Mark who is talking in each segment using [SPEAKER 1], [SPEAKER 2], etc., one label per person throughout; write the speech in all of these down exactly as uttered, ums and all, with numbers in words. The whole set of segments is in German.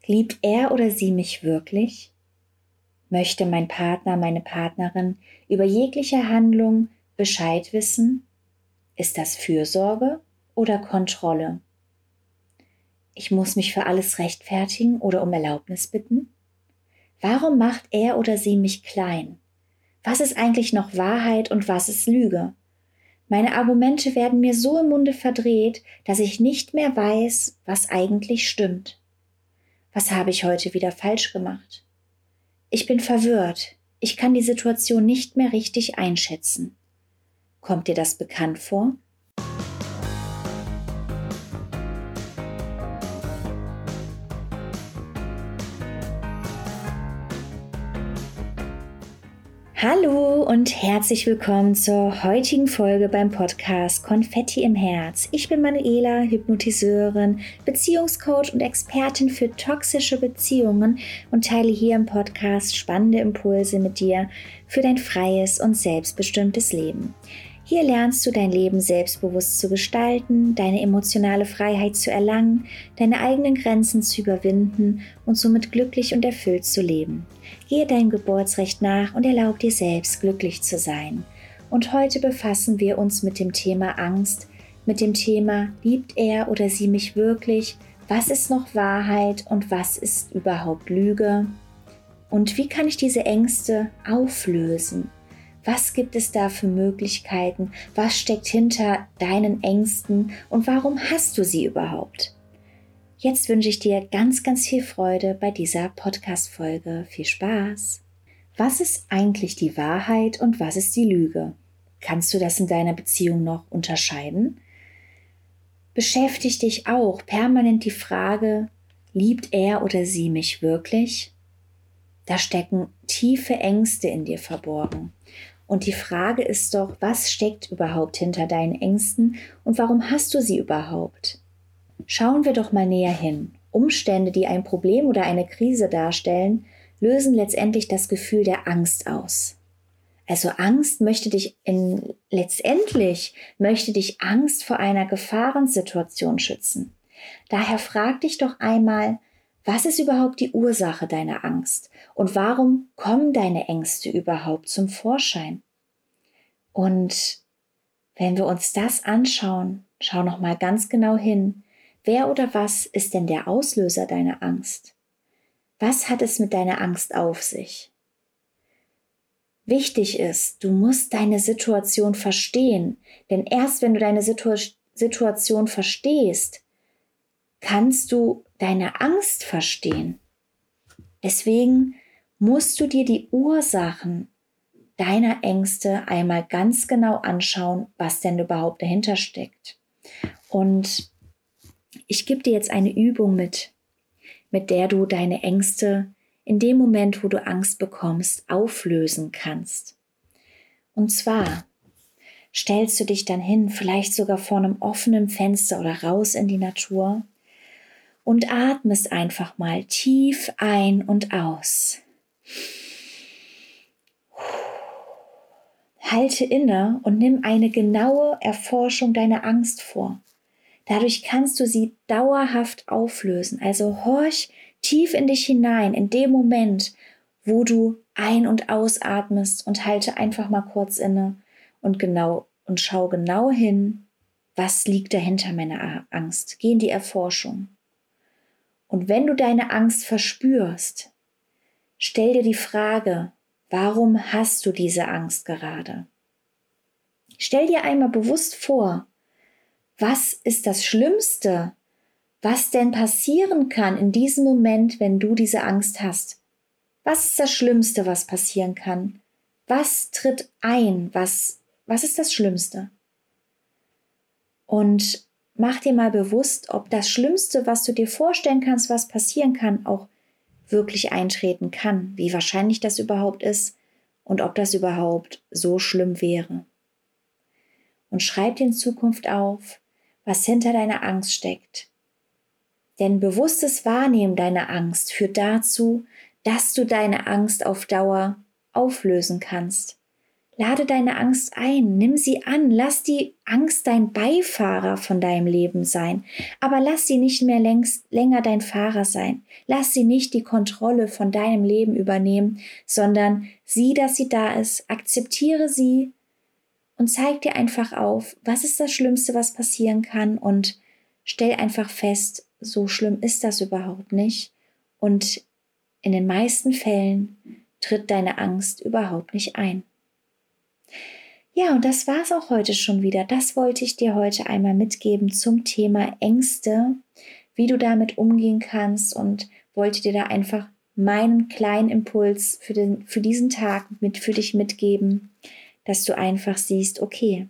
[SPEAKER 1] Liebt er oder sie mich wirklich? Möchte mein Partner, meine Partnerin über jegliche Handlung Bescheid wissen? Ist das Fürsorge oder Kontrolle? Ich muss mich für alles rechtfertigen oder um Erlaubnis bitten? Warum macht er oder sie mich klein? Was ist eigentlich noch Wahrheit und was ist Lüge? Meine Argumente werden mir so im Munde verdreht, dass ich nicht mehr weiß, was eigentlich stimmt. Was habe ich heute wieder falsch gemacht? Ich bin verwirrt. Ich kann die Situation nicht mehr richtig einschätzen. Kommt dir das bekannt vor? Hallo und herzlich willkommen zur heutigen Folge beim Podcast Konfetti im Herz. Ich bin Manuela, Hypnotiseurin, Beziehungscoach und Expertin für toxische Beziehungen und teile hier im Podcast spannende Impulse mit dir für dein freies und selbstbestimmtes Leben. Hier lernst du dein Leben selbstbewusst zu gestalten, deine emotionale Freiheit zu erlangen, deine eigenen Grenzen zu überwinden und somit glücklich und erfüllt zu leben. Gehe deinem Geburtsrecht nach und erlaub dir selbst, glücklich zu sein. Und heute befassen wir uns mit dem Thema Angst, mit dem Thema, liebt er oder sie mich wirklich? Was ist noch Wahrheit und was ist überhaupt Lüge? Und wie kann ich diese Ängste auflösen? Was gibt es da für Möglichkeiten? Was steckt hinter deinen Ängsten und warum hast du sie überhaupt? Jetzt wünsche ich dir ganz, ganz viel Freude bei dieser Podcast-Folge. Viel Spaß! Was ist eigentlich die Wahrheit und was ist die Lüge? Kannst du das in deiner Beziehung noch unterscheiden? Beschäftigt dich auch permanent die Frage, liebt er oder sie mich wirklich? Da stecken tiefe Ängste in dir verborgen. Und die Frage ist doch, was steckt überhaupt hinter deinen Ängsten und warum hast du sie überhaupt? Schauen wir doch mal näher hin. Umstände, die ein Problem oder eine Krise darstellen, lösen letztendlich das Gefühl der Angst aus. Also Angst möchte dich in, letztendlich möchte dich Angst vor einer Gefahrensituation schützen. Daher frag dich doch einmal, was ist überhaupt die Ursache deiner Angst und warum kommen deine Ängste überhaupt zum Vorschein? Und wenn wir uns das anschauen, schau noch mal ganz genau hin, wer oder was ist denn der Auslöser deiner Angst? Was hat es mit deiner Angst auf sich? Wichtig ist, du musst deine Situation verstehen, denn erst wenn du deine Situ- Situation verstehst, kannst du deine Angst verstehen. Deswegen musst du dir die Ursachen deiner Ängste einmal ganz genau anschauen, was denn überhaupt dahinter steckt. Und ich gebe dir jetzt eine Übung mit, mit der du deine Ängste in dem Moment, wo du Angst bekommst, auflösen kannst. Und zwar stellst du dich dann hin, vielleicht sogar vor einem offenen Fenster oder raus in die Natur und atmest einfach mal tief ein und aus. Halte inne und nimm eine genaue Erforschung deiner Angst vor. Dadurch kannst du sie dauerhaft auflösen. Also horch tief in dich hinein, in dem Moment, wo du ein- und ausatmest und halte einfach mal kurz inne und genau und schau genau hin, was liegt dahinter meiner Angst. Geh in die Erforschung. Und wenn du deine Angst verspürst, stell dir die Frage, warum hast du diese Angst gerade? Stell dir einmal bewusst vor, was ist das Schlimmste, was denn passieren kann in diesem Moment, wenn du diese Angst hast? Was ist das Schlimmste, was passieren kann? Was tritt ein? Was, was ist das Schlimmste? Und mach dir mal bewusst, ob das Schlimmste, was du dir vorstellen kannst, was passieren kann, auch wirklich eintreten kann, wie wahrscheinlich das überhaupt ist und ob das überhaupt so schlimm wäre. Und schreib dir in Zukunft auf, was hinter deiner Angst steckt. Denn bewusstes Wahrnehmen deiner Angst führt dazu, dass du deine Angst auf Dauer auflösen kannst. Lade deine Angst ein, nimm sie an, lass die Angst dein Beifahrer von deinem Leben sein, aber lass sie nicht mehr längst, länger dein Fahrer sein. Lass sie nicht die Kontrolle von deinem Leben übernehmen, sondern sieh, dass sie da ist, akzeptiere sie und zeig dir einfach auf, was ist das Schlimmste, was passieren kann, und stell einfach fest, so schlimm ist das überhaupt nicht, und in den meisten Fällen tritt deine Angst überhaupt nicht ein. Ja, und das war's auch heute schon wieder. Das wollte ich dir heute einmal mitgeben zum Thema Ängste, wie du damit umgehen kannst, und wollte dir da einfach meinen kleinen Impuls für, den, für diesen Tag mit, für dich mitgeben, dass du einfach siehst, okay,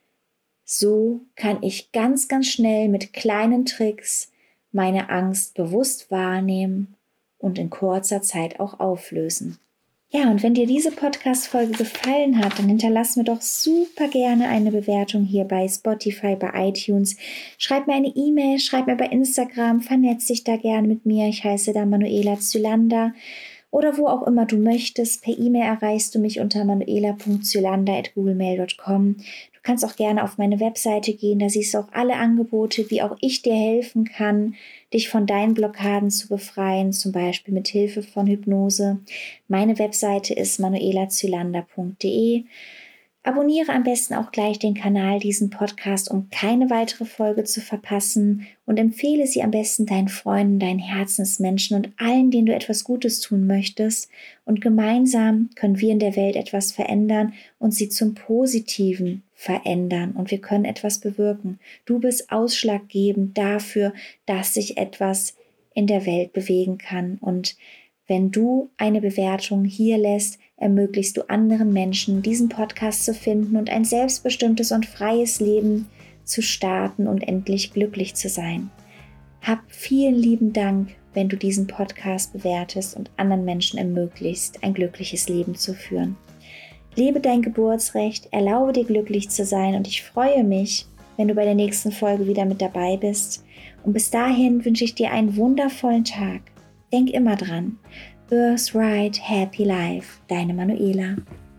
[SPEAKER 1] so kann ich ganz, ganz schnell mit kleinen Tricks meine Angst bewusst wahrnehmen und in kurzer Zeit auch auflösen. Ja, und wenn dir diese Podcast-Folge gefallen hat, dann hinterlass mir doch super gerne eine Bewertung hier bei Spotify, bei iTunes. Schreib mir eine E-Mail, schreib mir bei Instagram, vernetz dich da gerne mit mir. Ich heiße da Manuela Zylander. Oder wo auch immer du möchtest. Per E-Mail erreichst du mich unter manuela punkt zylander at google mail punkt com. Du kannst auch gerne auf meine Webseite gehen, da siehst du auch alle Angebote, wie auch ich dir helfen kann, dich von deinen Blockaden zu befreien, zum Beispiel mit Hilfe von Hypnose. Meine Webseite ist manuela zylander punkt de. Abonniere am besten auch gleich den Kanal, diesen Podcast, um keine weitere Folge zu verpassen, und empfehle sie am besten deinen Freunden, deinen Herzensmenschen und allen, denen du etwas Gutes tun möchtest. Und gemeinsam können wir in der Welt etwas verändern und sie zum Positiven verändern, und wir können etwas bewirken. Du bist ausschlaggebend dafür, dass sich etwas in der Welt bewegen kann, und wenn du eine Bewertung hier lässt, ermöglichst du anderen Menschen, diesen Podcast zu finden und ein selbstbestimmtes und freies Leben zu starten und endlich glücklich zu sein. Hab vielen lieben Dank, wenn du diesen Podcast bewertest und anderen Menschen ermöglichst, ein glückliches Leben zu führen. Lebe dein Geburtsrecht, erlaube dir glücklich zu sein, und ich freue mich, wenn du bei der nächsten Folge wieder mit dabei bist. Und bis dahin wünsche ich dir einen wundervollen Tag. Denk immer dran, Birthright Happy Life, deine Manuela.